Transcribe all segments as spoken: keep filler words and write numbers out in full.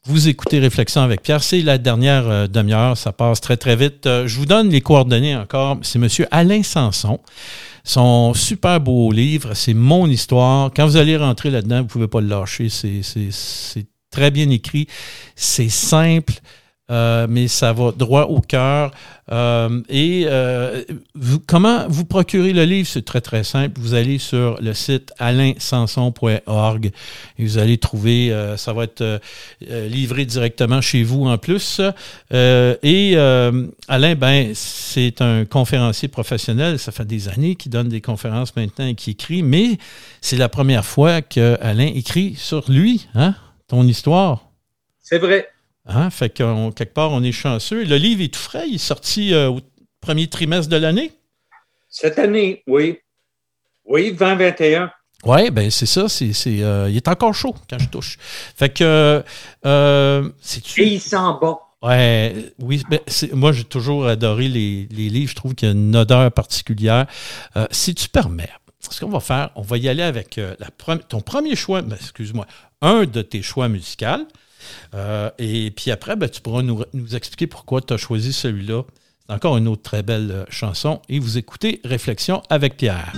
Vous écoutez Réflexion avec Pierre. C'est la dernière euh, demi-heure. Ça passe très, très vite. Euh, je vous donne les coordonnées encore. C'est M. Alain Sanson. Son super beau livre, c'est Mon histoire. Quand vous allez rentrer là-dedans, vous ne pouvez pas le lâcher. C'est, c'est, c'est très bien écrit. C'est simple. Euh, mais ça va droit au cœur. Euh, et euh, vous, comment vous procurez le livre? C'est très, très simple. Vous allez sur le site alain sanson point org et vous allez trouver, euh, ça va être euh, livré directement chez vous en plus. Euh, et euh, Alain, ben, c'est un conférencier professionnel. Ça fait des années qu'il donne des conférences maintenant et qu'il écrit, mais c'est la première fois qu'Alain écrit sur lui, hein, ton histoire. C'est vrai. Hein? Fait que quelque part, on est chanceux. Le livre est tout frais. Il est sorti euh, au premier trimestre de l'année. Cette année, oui. Oui, vingt vingt et un. Oui, bien, c'est ça. C'est, c'est, euh, il est encore chaud quand je touche. Fait que... Euh, c'est-tu... Et il sent bon. Ouais, oui, ben, c'est, moi, j'ai toujours adoré les, les livres. Je trouve qu'il y a une odeur particulière. Euh, si tu permets, ce qu'on va faire, on va y aller avec euh, la pre- ton premier choix, ben, excuse-moi, un de tes choix musicaux. Euh, et puis après, ben, tu pourras nous, nous expliquer pourquoi tu as choisi celui-là. C'est encore une autre très belle euh, chanson. Et vous écoutez Réflexion avec Pierre.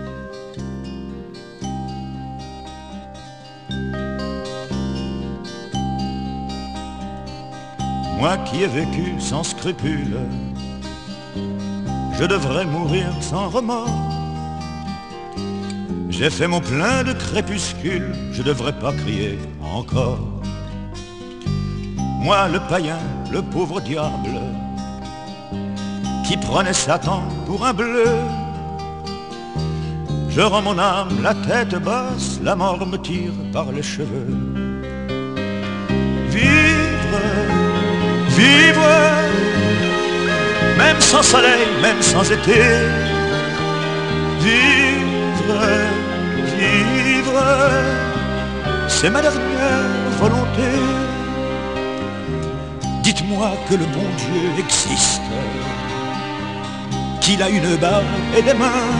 Moi qui ai vécu sans scrupule, je devrais mourir sans remords. J'ai fait mon plein de crépuscules, je devrais pas crier encore. Moi le païen, le pauvre diable, qui prenait Satan pour un bleu. Je rends mon âme la tête basse, la mort me tire par les cheveux. Vivre, vivre, même sans soleil, même sans été. Vivre, vivre, c'est ma dernière volonté. Dites-moi que le bon Dieu existe, qu'il a une barbe et des mains,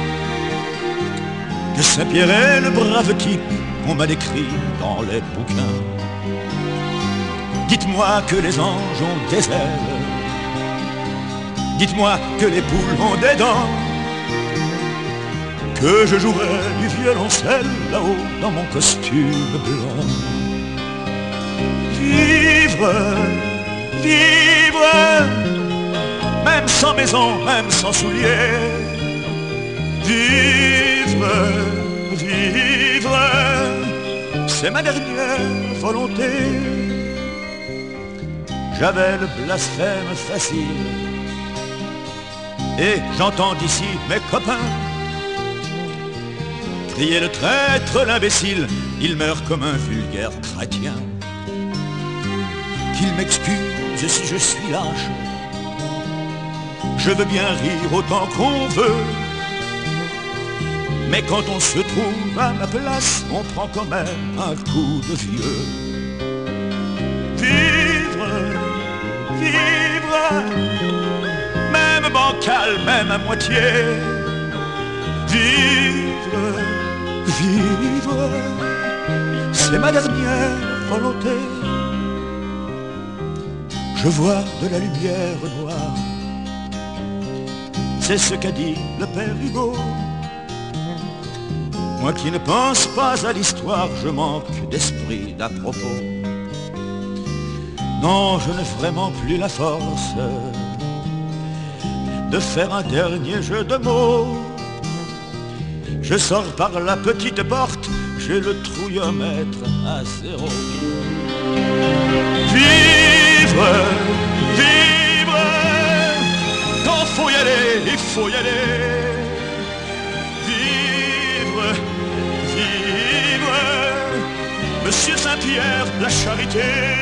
que Saint-Pierre est le brave type qu'on m'a décrit dans les bouquins. Dites-moi que les anges ont des ailes, dites-moi que les poules ont des dents, que je jouerai du violoncelle là-haut dans mon costume blanc. Vivre, vivre, même sans maison, même sans souliers. Vivre, vivre, c'est ma dernière volonté. J'avais le blasphème facile, et j'entends d'ici mes copains crier le traître, l'imbécile, il meurt comme un vulgaire chrétien. Qu'il m'excuse si je suis lâche, je veux bien rire autant qu'on veut, mais quand on se trouve à ma place, on prend quand même un coup de vieux. Vivre, vivre, même bancal, même à moitié. Vivre, vivre, c'est ma dernière volonté. Je vois de la lumière noire, c'est ce qu'a dit le père Hugo. Moi qui ne pense pas à l'histoire, je manque d'esprit d'à propos. Non, je n'ai vraiment plus la force de faire un dernier jeu de mots. Je sors par la petite porte, j'ai le trouillomètre à zéro. Vivre, vivre, quand faut y aller, il faut y aller. Vivre, vivre, Monsieur Saint-Pierre, la charité.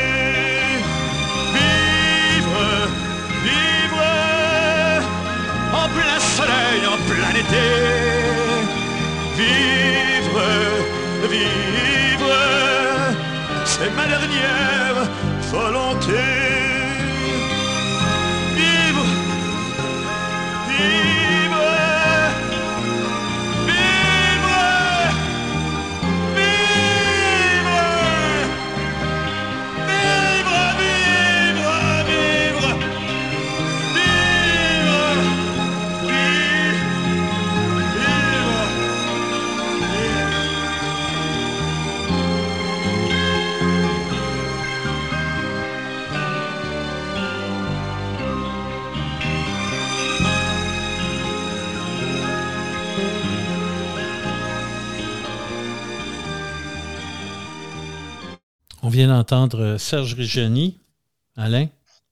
Vivre, vivre, en plein soleil, en plein été. Vivre, vivre, c'est ma dernière volonté. Vivre, vivre, vivre, vivre, vivre, On vient d'entendre Serge Reggiani. Alain?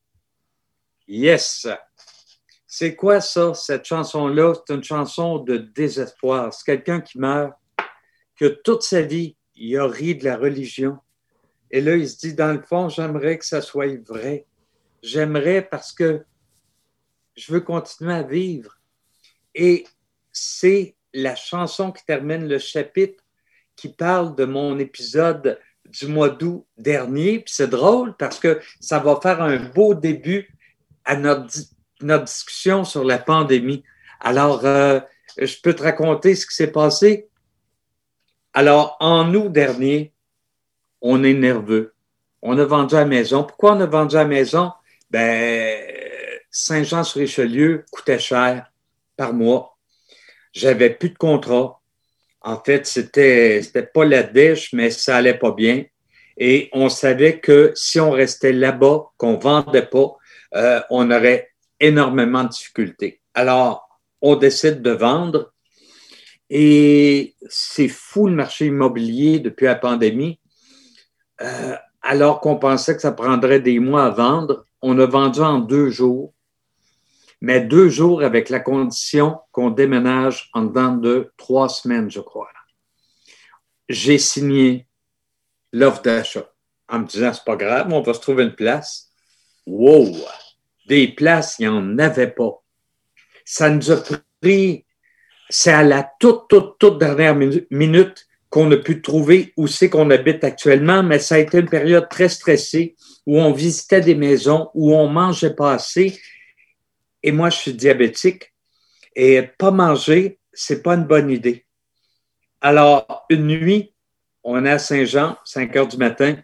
Yes. C'est quoi ça, cette chanson-là? C'est une chanson de désespoir. C'est quelqu'un qui meurt, que toute sa vie, il a ri de la religion. Et là, il se dit, dans le fond, j'aimerais que ça soit vrai. J'aimerais parce que je veux continuer à vivre. Et c'est la chanson qui termine le chapitre qui parle de mon épisode du mois d'août dernier. Puis c'est drôle parce que ça va faire un beau début à notre, notre discussion sur la pandémie. Alors, euh, je peux te raconter ce qui s'est passé. Alors, en août dernier, on est nerveux. On a vendu à la maison. Pourquoi on a vendu à la maison? Ben, Saint-Jean-sur-Richelieu coûtait cher par mois. J'avais plus de contrat. En fait, c'était, c'était pas la dèche, mais ça allait pas bien. Et on savait que si on restait là-bas, qu'on vendait pas, euh, on aurait énormément de difficultés. Alors, on décide de vendre. Et c'est fou le marché immobilier depuis la pandémie. Euh, alors qu'on pensait que ça prendrait des mois à vendre, on a vendu en deux jours. Mais deux jours avec la condition qu'on déménage en dedans de trois semaines, je crois. J'ai signé l'offre d'achat en me disant, c'est pas grave, on va se trouver une place. Wow! Des places, il n'y en avait pas. Ça nous a pris, c'est à la toute, toute, toute dernière minute qu'on a pu trouver où c'est qu'on habite actuellement, mais ça a été une période très stressée où on visitait des maisons, où on mangeait pas assez. Et moi, je suis diabétique et pas manger, c'est pas une bonne idée. Alors, une nuit, on est à Saint-Jean, cinq heures du matin,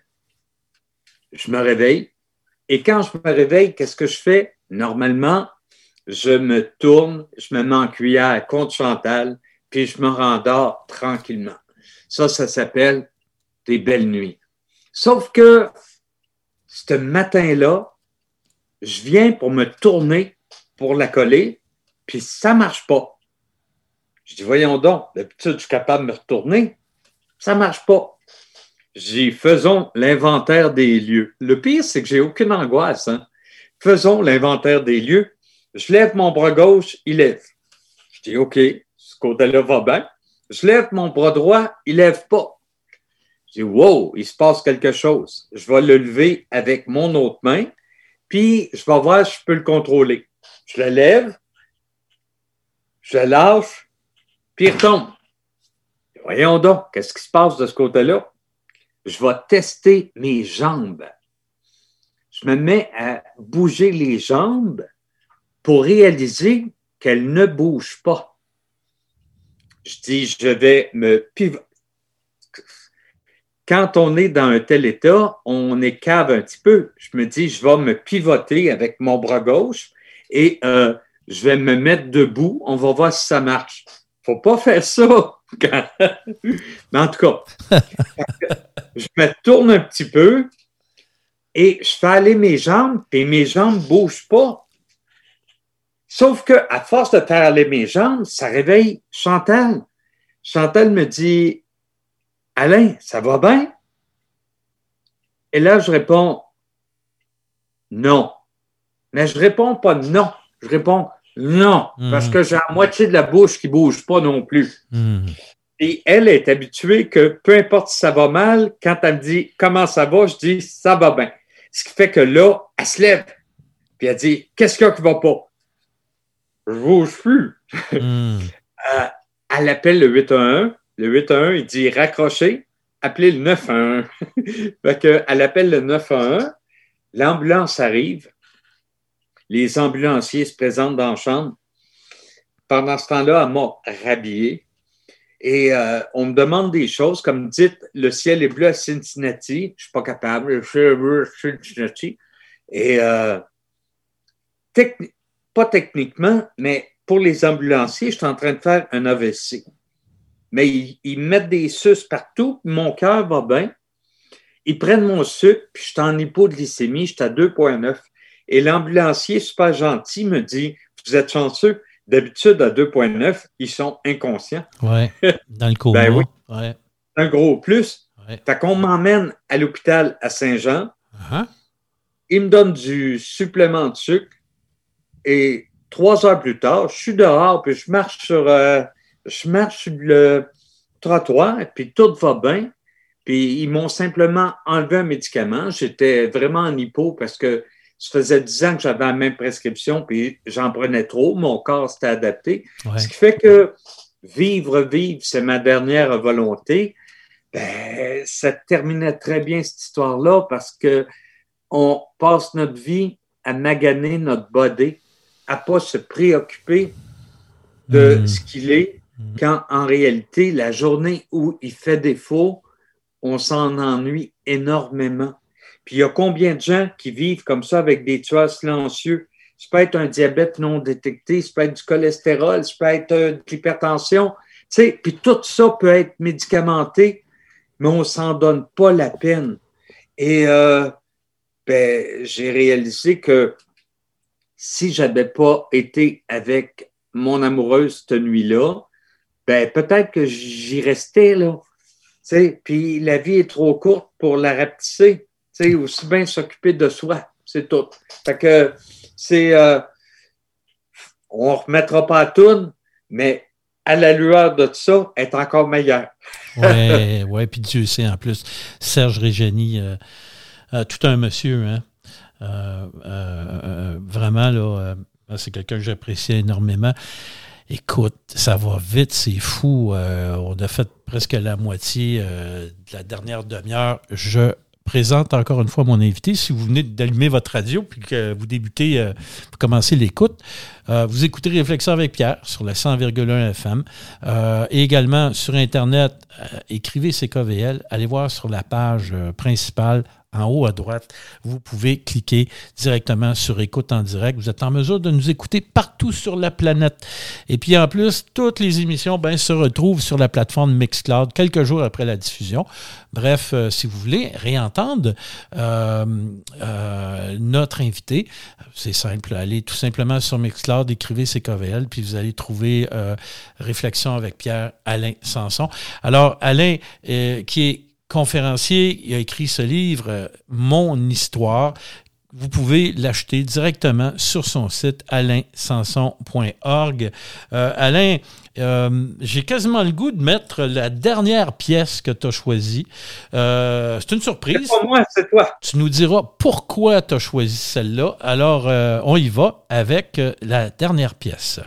je me réveille. Et quand je me réveille, qu'est-ce que je fais? Normalement, je me tourne, je me mets en cuillère contre Chantal, puis je me rendors tranquillement. Ça, ça s'appelle des belles nuits. Sauf que ce matin-là, je viens pour me tourner pour la coller, puis ça ne marche pas. Je dis, voyons donc, d'habitude, je suis capable de me retourner. Ça ne marche pas. Je dis, faisons l'inventaire des lieux. Le pire, c'est que j'ai aucune angoisse. Hein? Faisons l'inventaire des lieux. Je lève mon bras gauche, il lève. Je dis, OK, ce côté-là va bien. Je lève mon bras droit, il ne lève pas. Je dis, wow, il se passe quelque chose. Je vais le lever avec mon autre main, puis je vais voir si je peux le contrôler. Je le lève, je le lâche, puis il retombe. Voyons donc, qu'est-ce qui se passe de ce côté-là? Je vais tester mes jambes. Je me mets à bouger les jambes pour réaliser qu'elles ne bougent pas. Je dis, je vais me pivoter. Quand on est dans un tel état, on écave un petit peu. Je me dis, je vais me pivoter avec mon bras gauche et euh, je vais me mettre debout. On va voir si ça marche. Il ne faut pas faire ça. Mais en tout cas, je me tourne un petit peu et je fais aller mes jambes et mes jambes ne bougent pas. Sauf qu'à force de faire aller mes jambes, ça réveille Chantal. Chantal me dit, Alain, ça va bien? Et là, je réponds, non. Mais je réponds pas non. Je réponds non, mmh. parce que j'ai la moitié de la bouche qui ne bouge pas non plus. Mmh. Et elle est habituée que peu importe si ça va mal, quand elle me dit comment ça va, je dis ça va bien. Ce qui fait que là, elle se lève. Puis elle dit, qu'est-ce qu'il y a qui ne va pas? Je ne bouge plus. Mmh. euh, elle appelle le huit un un. Le huit un un, il dit raccrochez, appelez le neuf un un. Fait que, elle appelle le neuf un un. L'ambulance arrive. Les ambulanciers se présentent dans la chambre. Pendant ce temps-là, elle m'a rhabillé. Et euh, on me demande des choses, comme dites, le ciel est bleu à Cincinnati. Je ne suis pas capable. Le ciel est bleu à Cincinnati. Et euh, techni- pas techniquement, mais pour les ambulanciers, je suis en train de faire un A V C. Mais ils, ils mettent des suces partout. Mon cœur va bien. Ils prennent mon sucre, puis je suis en hypoglycémie, je suis à deux virgule neuf. Et l'ambulancier, super gentil, me dit, vous êtes chanceux, d'habitude à deux virgule neuf, ils sont inconscients. Oui, dans le coma. Ben oui, ouais. un gros plus. Ouais. Fait qu'on m'emmène à l'hôpital à Saint-Jean. Uh-huh. Il me donne du supplément de sucre. Et trois heures plus tard, je suis dehors, puis je marche sur, euh, je marche sur le trottoir, puis tout va bien. Puis ils m'ont simplement enlevé un médicament. J'étais vraiment en hypo parce que ça faisait dix ans que j'avais la même prescription, puis j'en prenais trop. Mon corps s'était adapté. Ouais. Ce qui fait que vivre, vivre, c'est ma dernière volonté. Ben, ça terminait très bien cette histoire-là parce que on passe notre vie à maganer notre body, à pas se préoccuper de mmh. ce qu'il est, mmh. quand en réalité, la journée où il fait défaut, on s'en ennuie énormément. Puis il y a combien de gens qui vivent comme ça avec des tueurs silencieux? Ça peut être un diabète non détecté, ça peut être du cholestérol, ça peut être euh, de l'hypertension. Tu sais, puis tout ça peut être médicamenté, mais on ne s'en donne pas la peine. Et euh, ben, j'ai réalisé que si je n'avais pas été avec mon amoureuse cette nuit-là, ben, peut-être que j'y restais là. Tu sais, puis la vie est trop courte pour la rapetisser. Tu sais, aussi bien s'occuper de soi, c'est tout. Fait que c'est... Euh, on ne remettra pas à tourne, mais à la lueur de tout ça, être encore meilleur. Oui, ouais, puis Dieu sait en plus. Serge Régeny, euh, euh, tout un monsieur, hein. Euh, euh, euh, vraiment, là, euh, c'est quelqu'un que j'apprécie énormément. Écoute, ça va vite, c'est fou. Euh, on a fait presque la moitié euh, de la dernière demi-heure. Je présente encore une fois mon invité. Si vous venez d'allumer votre radio puis que vous débutez, euh, vous commencez l'écoute, euh, vous écoutez Réflexion avec Pierre sur la cent virgule un F M. Euh, et également sur Internet, euh, écrivez C K V L. Allez voir sur la page euh, principale. En haut à droite, vous pouvez cliquer directement sur Écoute en direct. Vous êtes en mesure de nous écouter partout sur la planète. Et puis en plus, toutes les émissions ben, se retrouvent sur la plateforme Mixcloud quelques jours après la diffusion. Bref, euh, si vous voulez réentendre euh, euh, notre invité, c'est simple. Allez tout simplement sur Mixcloud, écrivez C K V L, puis vous allez trouver euh, Réflexion avec Pierre Alain Sanson. Alors, Alain, euh, qui est conférencier, il a écrit ce livre euh, « Mon histoire ». Vous pouvez l'acheter directement sur son site alain sanson point org. Euh, Alain, euh, j'ai quasiment le goût de mettre la dernière pièce que tu as choisie. Euh, c'est une surprise. C'est pas moi, c'est toi. Tu nous diras pourquoi tu as choisi celle-là. Alors, euh, on y va avec euh, la dernière pièce.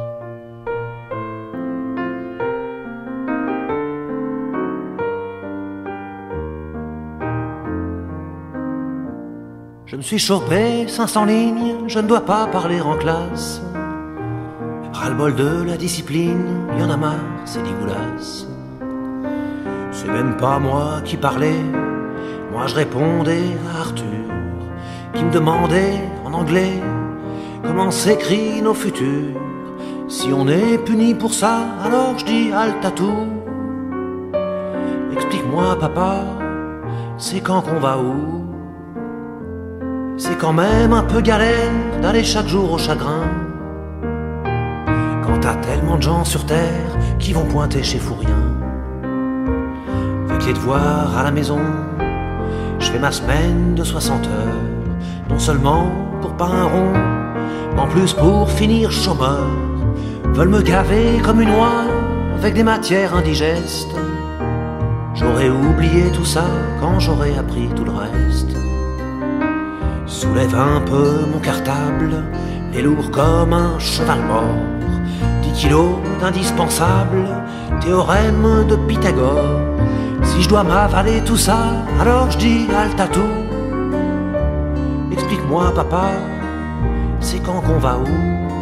Je me suis chopé cinq cents lignes, je ne dois pas parler en classe. Ras-le-bol de la discipline, y en a marre, c'est dégueulasse. C'est même pas moi qui parlais, moi je répondais à Arthur, qui me demandait en anglais comment s'écrit nos futurs. Si on est puni pour ça, alors je dis halte à tout. Explique-moi papa, c'est quand qu'on va où? C'est quand même un peu galère d'aller chaque jour au chagrin. Quand t'as tellement de gens sur terre qui vont pointer chez Fourien. Avec les devoirs à la maison, je fais ma semaine de soixante heures. Non seulement pour pas un rond, mais en plus pour finir chômeur. Veulent me gaver comme une oie avec des matières indigestes. J'aurais oublié tout ça quand j'aurais appris tout le reste. Soulève un peu mon cartable, les lourd comme un cheval mort. Dix kilos d'indispensable, théorème de Pythagore. Si je dois m'avaler tout ça, alors je dis halte à tout. Explique-moi papa, c'est quand qu'on va où?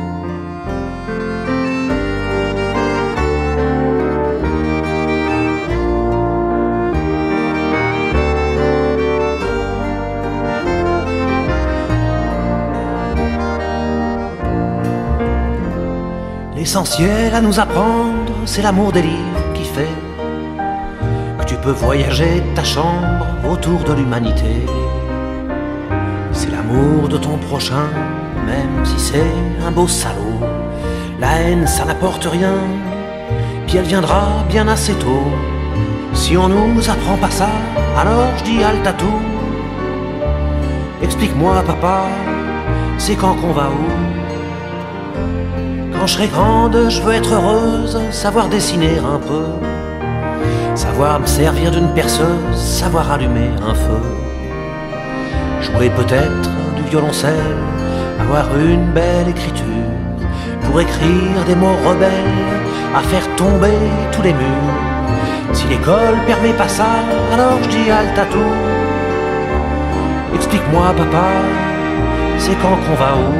L'essentiel à nous apprendre, c'est l'amour des livres qui fait que tu peux voyager de ta chambre autour de l'humanité. C'est l'amour de ton prochain, même si c'est un beau salaud. La haine, ça n'apporte rien, puis elle viendra bien assez tôt. Si on nous apprend pas ça, alors je dis halte à tout. Explique-moi papa, c'est quand qu'on va où? Quand je serai grande, je veux être heureuse, savoir dessiner un peu, savoir me servir d'une perceuse, savoir allumer un feu, jouer peut-être du violoncelle, avoir une belle écriture, pour écrire des mots rebelles, à faire tomber tous les murs. Si l'école permet pas ça, alors je dis halte à tout. Explique-moi papa, c'est quand qu'on va où?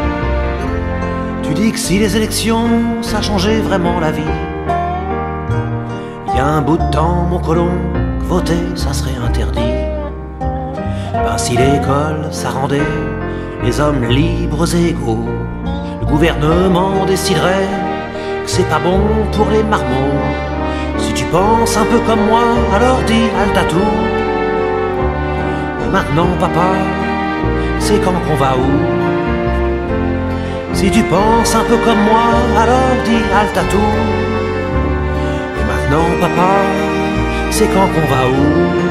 Tu dis que si les élections, ça changeait vraiment la vie. Il y a un bout de temps, mon colon, que voter, ça serait interdit. Ben si l'école, ça rendait les hommes libres et égaux, le gouvernement déciderait que c'est pas bon pour les marmots. Si tu penses un peu comme moi, alors dis halte à tout. Et maintenant papa, c'est quand qu'on va où? Si tu penses un peu comme moi, alors dis halte à tout. Et maintenant papa, c'est quand qu'on va où?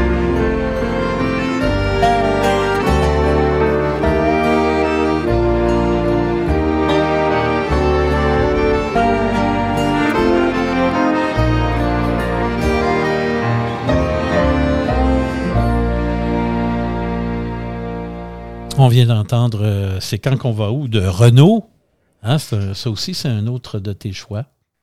On vient d'entendre euh, C'est quand qu'on va où de Renaud. Hein, ça, ça aussi, c'est un autre de tes choix.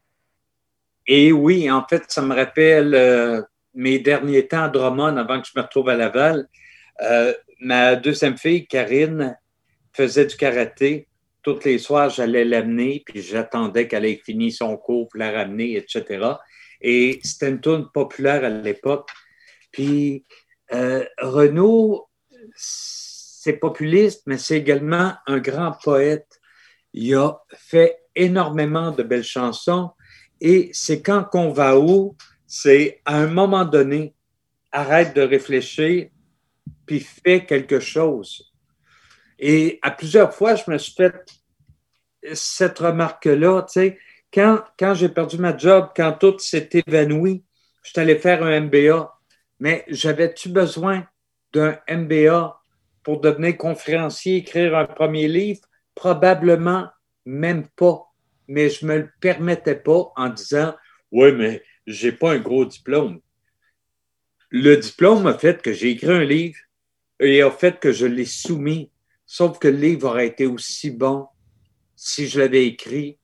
Et oui, en fait, ça me rappelle euh, mes derniers temps à Drummond avant que je me retrouve à Laval. Euh, ma deuxième fille, Karine, faisait du karaté. Tous les soirs, j'allais l'amener, puis j'attendais qu'elle ait fini son cours pour la ramener, et cetera. Et c'était une tourne populaire à l'époque. Puis euh, Renaud, c'est populiste, mais c'est également un grand poète. Il a fait énormément de belles chansons et c'est quand qu'on va où, c'est à un moment donné, arrête de réfléchir puis fais quelque chose. Et à plusieurs fois, je me suis fait cette remarque-là, tu sais, quand, quand j'ai perdu ma job, quand tout s'est évanoui, je suis allé faire un M B A, mais j'avais-tu besoin d'un M B A pour devenir conférencier, écrire un premier livre? Probablement même pas. Mais je ne me le permettais pas en disant « Oui, mais je n'ai pas un gros diplôme. » Le diplôme a fait que j'ai écrit un livre et a fait que je l'ai soumis. Sauf que le livre aurait été aussi bon si je l'avais écrit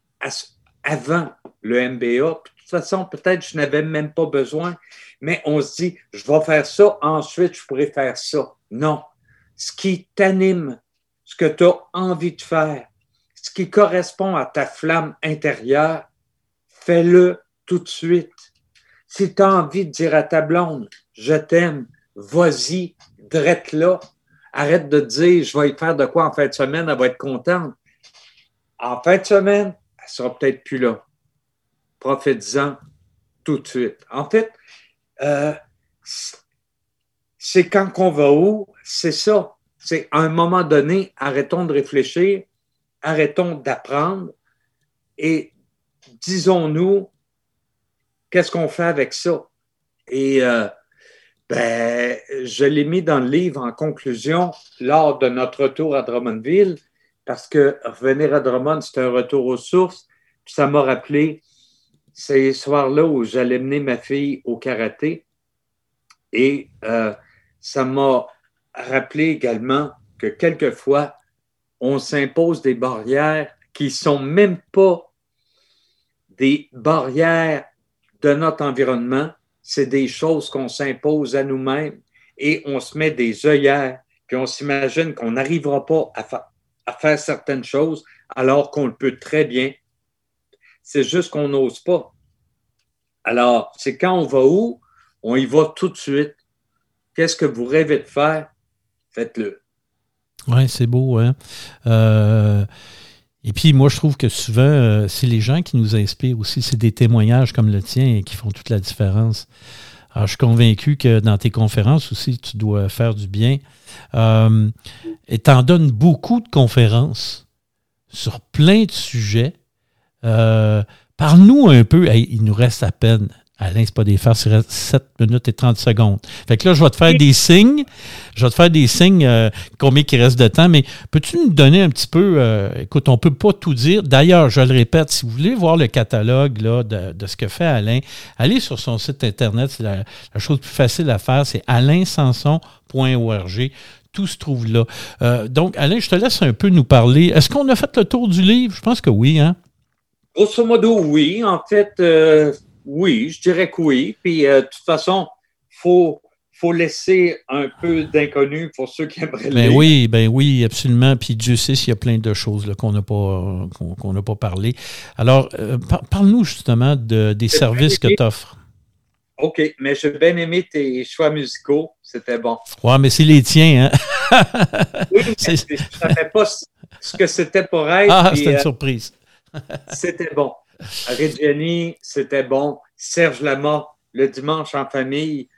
avant le M B A. De toute façon, peut-être que je n'avais même pas besoin. Mais on se dit « Je vais faire ça, ensuite je pourrai faire ça. » Non. Ce qui t'anime, ce que tu as envie de faire, ce qui correspond à ta flamme intérieure, fais-le tout de suite. Si tu as envie de dire à ta blonde « Je t'aime », vas-y, drette là. Arrête de te dire « Je vais y faire de quoi en fin de semaine, elle va être contente. » En fin de semaine, elle ne sera peut-être plus là. Profite-en tout de suite. En fait, euh, c'est quand qu'on va où, c'est ça. C'est à un moment donné, arrêtons de réfléchir, arrêtons d'apprendre et disons-nous qu'est-ce qu'on fait avec ça. Et euh, ben, je l'ai mis dans le livre en conclusion lors de notre retour à Drummondville parce que revenir à Drummond, c'est un retour aux sources. Puis ça m'a rappelé ces soirs-là où j'allais mener ma fille au karaté et euh, ça m'a rappelé également que quelquefois, on s'impose des barrières qui ne sont même pas des barrières de notre environnement, c'est des choses qu'on s'impose à nous-mêmes et on se met des œillères, puis on s'imagine qu'on n'arrivera pas à, fa- à faire certaines choses alors qu'on le peut très bien. C'est juste qu'on n'ose pas. Alors, c'est quand on va où, on y va tout de suite. Qu'est-ce que vous rêvez de faire? Faites-le. Oui, c'est beau, hein? Euh, et puis, moi, je trouve que souvent, euh, c'est les gens qui nous inspirent aussi. C'est des témoignages comme le tien qui font toute la différence. Alors, je suis convaincu que dans tes conférences aussi, tu dois faire du bien. Euh, et tu en donnes beaucoup de conférences sur plein de sujets. Euh, parle-nous un peu, hey, il nous reste à peine Alain, c'est pas des farces, il reste sept minutes et trente secondes. Fait que là, je vais te faire des signes. Je vais te faire des signes, euh, combien il reste de temps, mais peux-tu nous donner un petit peu, euh, écoute, on peut pas tout dire. D'ailleurs, je le répète, si vous voulez voir le catalogue là, de, de ce que fait Alain, allez sur son site Internet. C'est la, la chose plus facile à faire, c'est alain sanson point org. Tout se trouve là. Euh, donc, Alain, je te laisse un peu nous parler. Est-ce qu'on a fait le tour du livre? Je pense que oui, hein? Grosso modo, oui. En fait, euh, oui, je dirais que oui. Puis, euh, de toute façon, il faut, faut laisser un peu d'inconnu pour ceux qui aimeraient ben lire. Oui, ben oui, absolument. Puis Dieu sait s'il y a plein de choses là, qu'on n'a pas, qu'on, qu'on n'a pas parlé. Alors, euh, par, parle-nous justement de, des C'est services que tu offres. OK, mais j'ai bien aimé tes choix musicaux. C'était bon. Ouais, mais c'est les tiens, hein? Oui, mais je ne savais pas ce que c'était pour être. Ah, puis, c'était une euh, surprise. C'était bon. Reggiani, c'était bon. Serge Lama, Le dimanche en famille,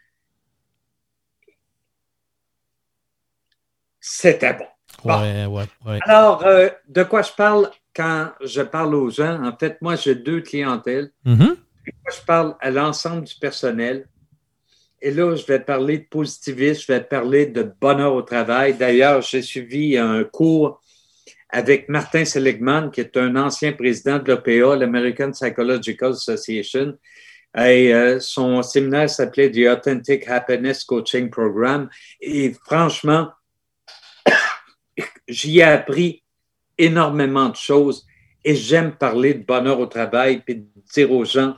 c'était bon. Bon. Ouais, ouais, ouais. Alors, euh, de quoi je parle quand je parle aux gens? En fait, moi, j'ai deux clientèles. Mm-hmm. Moi, je parle à l'ensemble du personnel. Et là, je vais parler de positivisme, je vais parler de bonheur au travail. D'ailleurs, j'ai suivi un cours avec Martin Seligman, qui est un ancien président de l'A P A, l'American Psychological Association. Et euh, son séminaire s'appelait The Authentic Happiness Coaching Program. Et franchement, j'y ai appris énormément de choses. Et j'aime parler de bonheur au travail et de dire aux gens,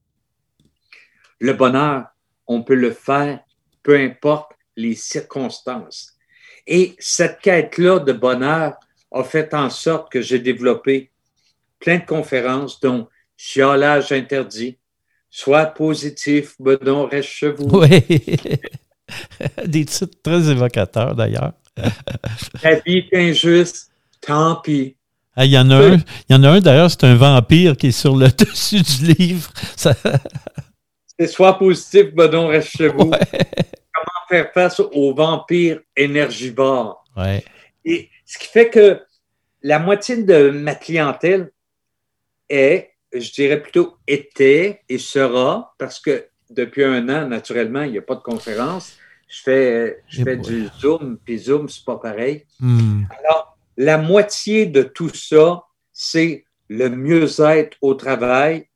le bonheur, on peut le faire, peu importe les circonstances. Et cette quête-là de bonheur a fait en sorte que j'ai développé plein de conférences, dont Chiolage interdit, Sois positif, Bedon reste chez vous. Oui. Des titres très évocateurs, d'ailleurs. La vie est injuste, tant pis. Ah, il y en a un, il y en a un, d'ailleurs, c'est un vampire qui est sur le dessus du livre. Ça... C'est Sois positif, Bedon reste chez vous. Ouais. Comment faire face aux vampires énergivores. Ouais. Et ce qui fait que la moitié de ma clientèle est, je dirais plutôt était et sera, parce que depuis un an, naturellement, il n'y a pas de conférence. Je fais, je fais du Zoom, puis Zoom, c'est pas pareil. Mm. Alors, la moitié de tout ça, c'est le mieux-être au travail,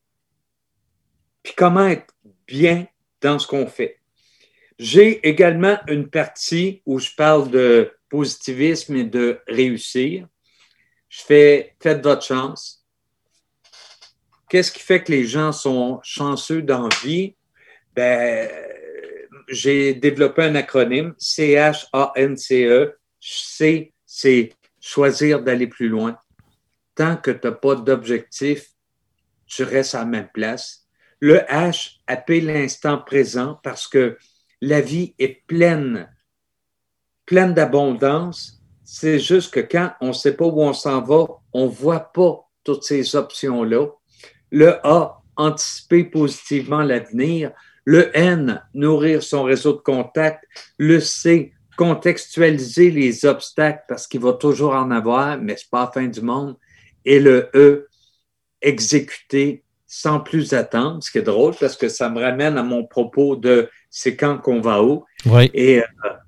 puis comment être bien dans ce qu'on fait. J'ai également une partie où je parle de positivisme et de réussir. Je fais « Faites votre chance ». Qu'est-ce qui fait que les gens sont chanceux dans la vie? Ben, j'ai développé un acronyme, C H A N C E. C, c'est choisir d'aller plus loin. Tant que tu n'as pas d'objectif, tu restes à la même place. Le H, appelle l'instant présent parce que la vie est pleine, pleine d'abondance. C'est juste que quand on ne sait pas où on s'en va, on ne voit pas toutes ces options-là. Le A, anticiper positivement l'avenir. Le N, nourrir son réseau de contacts. Le C, contextualiser les obstacles parce qu'il va toujours en avoir, mais ce n'est pas la fin du monde. Et le E, exécuter sans plus attendre, ce qui est drôle parce que ça me ramène à mon propos de c'est quand qu'on va où. Oui. Et euh,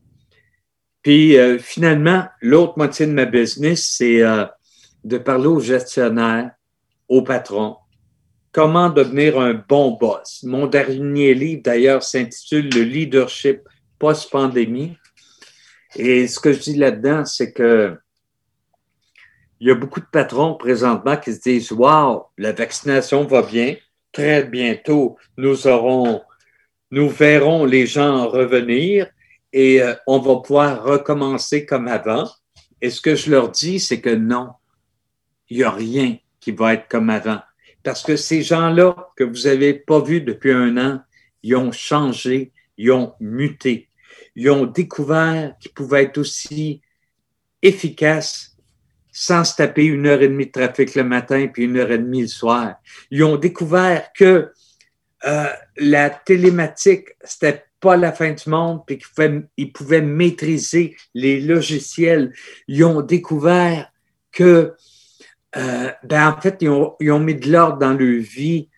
puis euh, finalement, l'autre moitié de ma business, c'est euh, de parler aux gestionnaires, aux patrons. Comment devenir un bon boss? Mon dernier livre, d'ailleurs, s'intitule « Le leadership post-pandémie ». Et ce que je dis là-dedans, c'est que il y a beaucoup de patrons présentement qui se disent « Wow, la vaccination va bien. Très bientôt, nous aurons, nous verrons les gens revenir et euh, on va pouvoir recommencer comme avant. » Et ce que je leur dis, c'est que non, il n'y a rien qui va être comme avant. Parce que ces gens-là que vous n'avez pas vus depuis un an, ils ont changé, ils ont muté. Ils ont découvert qu'ils pouvaient être aussi efficaces sans se taper une heure et demie de trafic le matin puis une heure et demie le soir. Ils ont découvert que euh, la télématique, c'était pas la fin du monde puis qu'ils pouvaient, ils pouvaient maîtriser les logiciels. Ils ont découvert que Euh, ben en fait, ils ont, ils ont mis de l'ordre dans leur vie.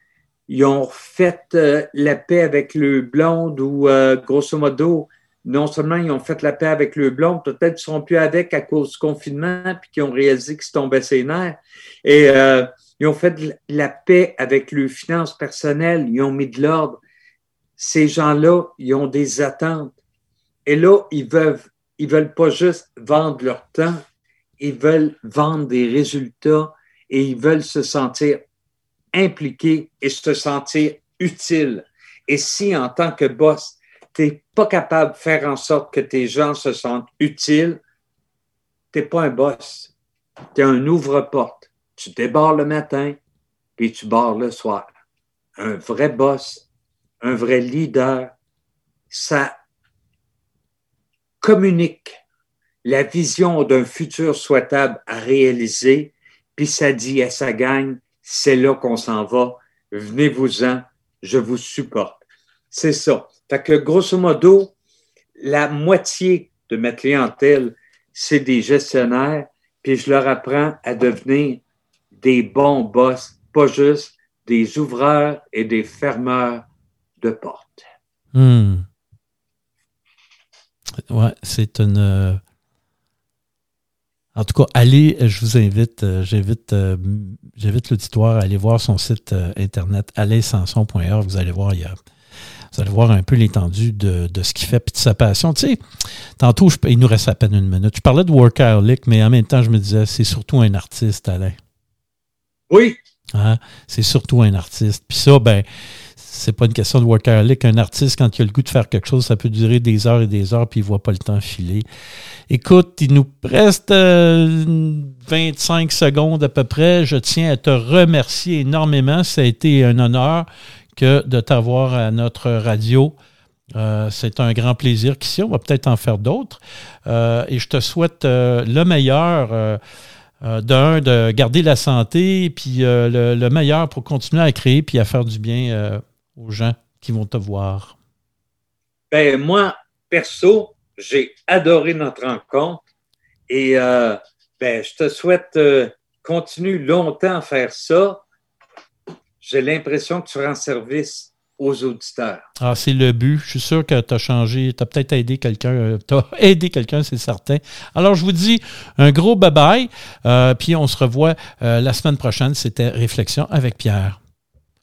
ils ont fait euh, la paix avec le blonde ou, euh, grosso modo, non seulement ils ont fait la paix avec le blonde, peut-être qu'ils ne seront plus avec à cause du confinement, puis qu'ils ont réalisé qu'ils se tombaient ses nerfs. Et euh, ils ont fait la paix avec leurs finances personnelles, ils ont mis de l'ordre. Ces gens-là, ils ont des attentes. Et là, ils veulent, ils veulent pas juste vendre leur temps, ils veulent vendre des résultats et ils veulent se sentir impliqués et se sentir utiles. Et si, en tant que boss, tu n'es pas capable de faire en sorte que tes gens se sentent utiles, tu n'es pas un boss. Tu es un ouvre-porte. Tu débarres le matin, puis tu barres le soir. Un vrai boss, un vrai leader, ça communique la vision d'un futur souhaitable à réaliser, puis ça dit à sa gang, c'est là qu'on s'en va, venez-vous-en, je vous supporte. C'est ça. Fait que grosso modo, la moitié de ma clientèle, c'est des gestionnaires, puis je leur apprends à devenir des bons boss, pas juste des ouvreurs et des fermeurs de portes. Hmm. Ouais, c'est une... Euh... En tout cas, allez, je vous invite, euh, j'invite, euh, j'invite l'auditoire à aller voir son site euh, internet alain sanson point org. Vous allez voir, il y a, vous allez voir un peu l'étendue de, de ce qu'il fait et de sa passion. Tu sais, tantôt, je, il nous reste à peine une minute. Je parlais de workaholic, mais en même temps, je me disais, c'est surtout un artiste, Alain. Oui. Hein? C'est surtout un artiste. Puis ça, ben, c'est pas une question de workaholic. Un artiste, quand il a le goût de faire quelque chose, ça peut durer des heures et des heures, puis il voit pas le temps filer. Écoute, il nous reste euh, vingt-cinq secondes à peu près. Je tiens à te remercier énormément. Ça a été un honneur que de t'avoir à notre radio. Euh, c'est un grand plaisir qu'ici, on va peut-être en faire d'autres. Euh, et je te souhaite euh, le meilleur. Euh, Euh, d'un, de garder la santé, puis euh, le, le meilleur pour continuer à créer puis à faire du bien euh, aux gens qui vont te voir. Ben moi, perso, j'ai adoré notre rencontre et euh, ben, je te souhaite euh, continue longtemps à faire ça. J'ai l'impression que tu rends service aux auditeurs. Ah, c'est le but. Je suis sûr que tu as changé, tu as peut-être aidé quelqu'un. Euh, tu as aidé quelqu'un, c'est certain. Alors, je vous dis un gros bye-bye, euh, puis on se revoit euh, la semaine prochaine. C'était Réflexion avec Pierre.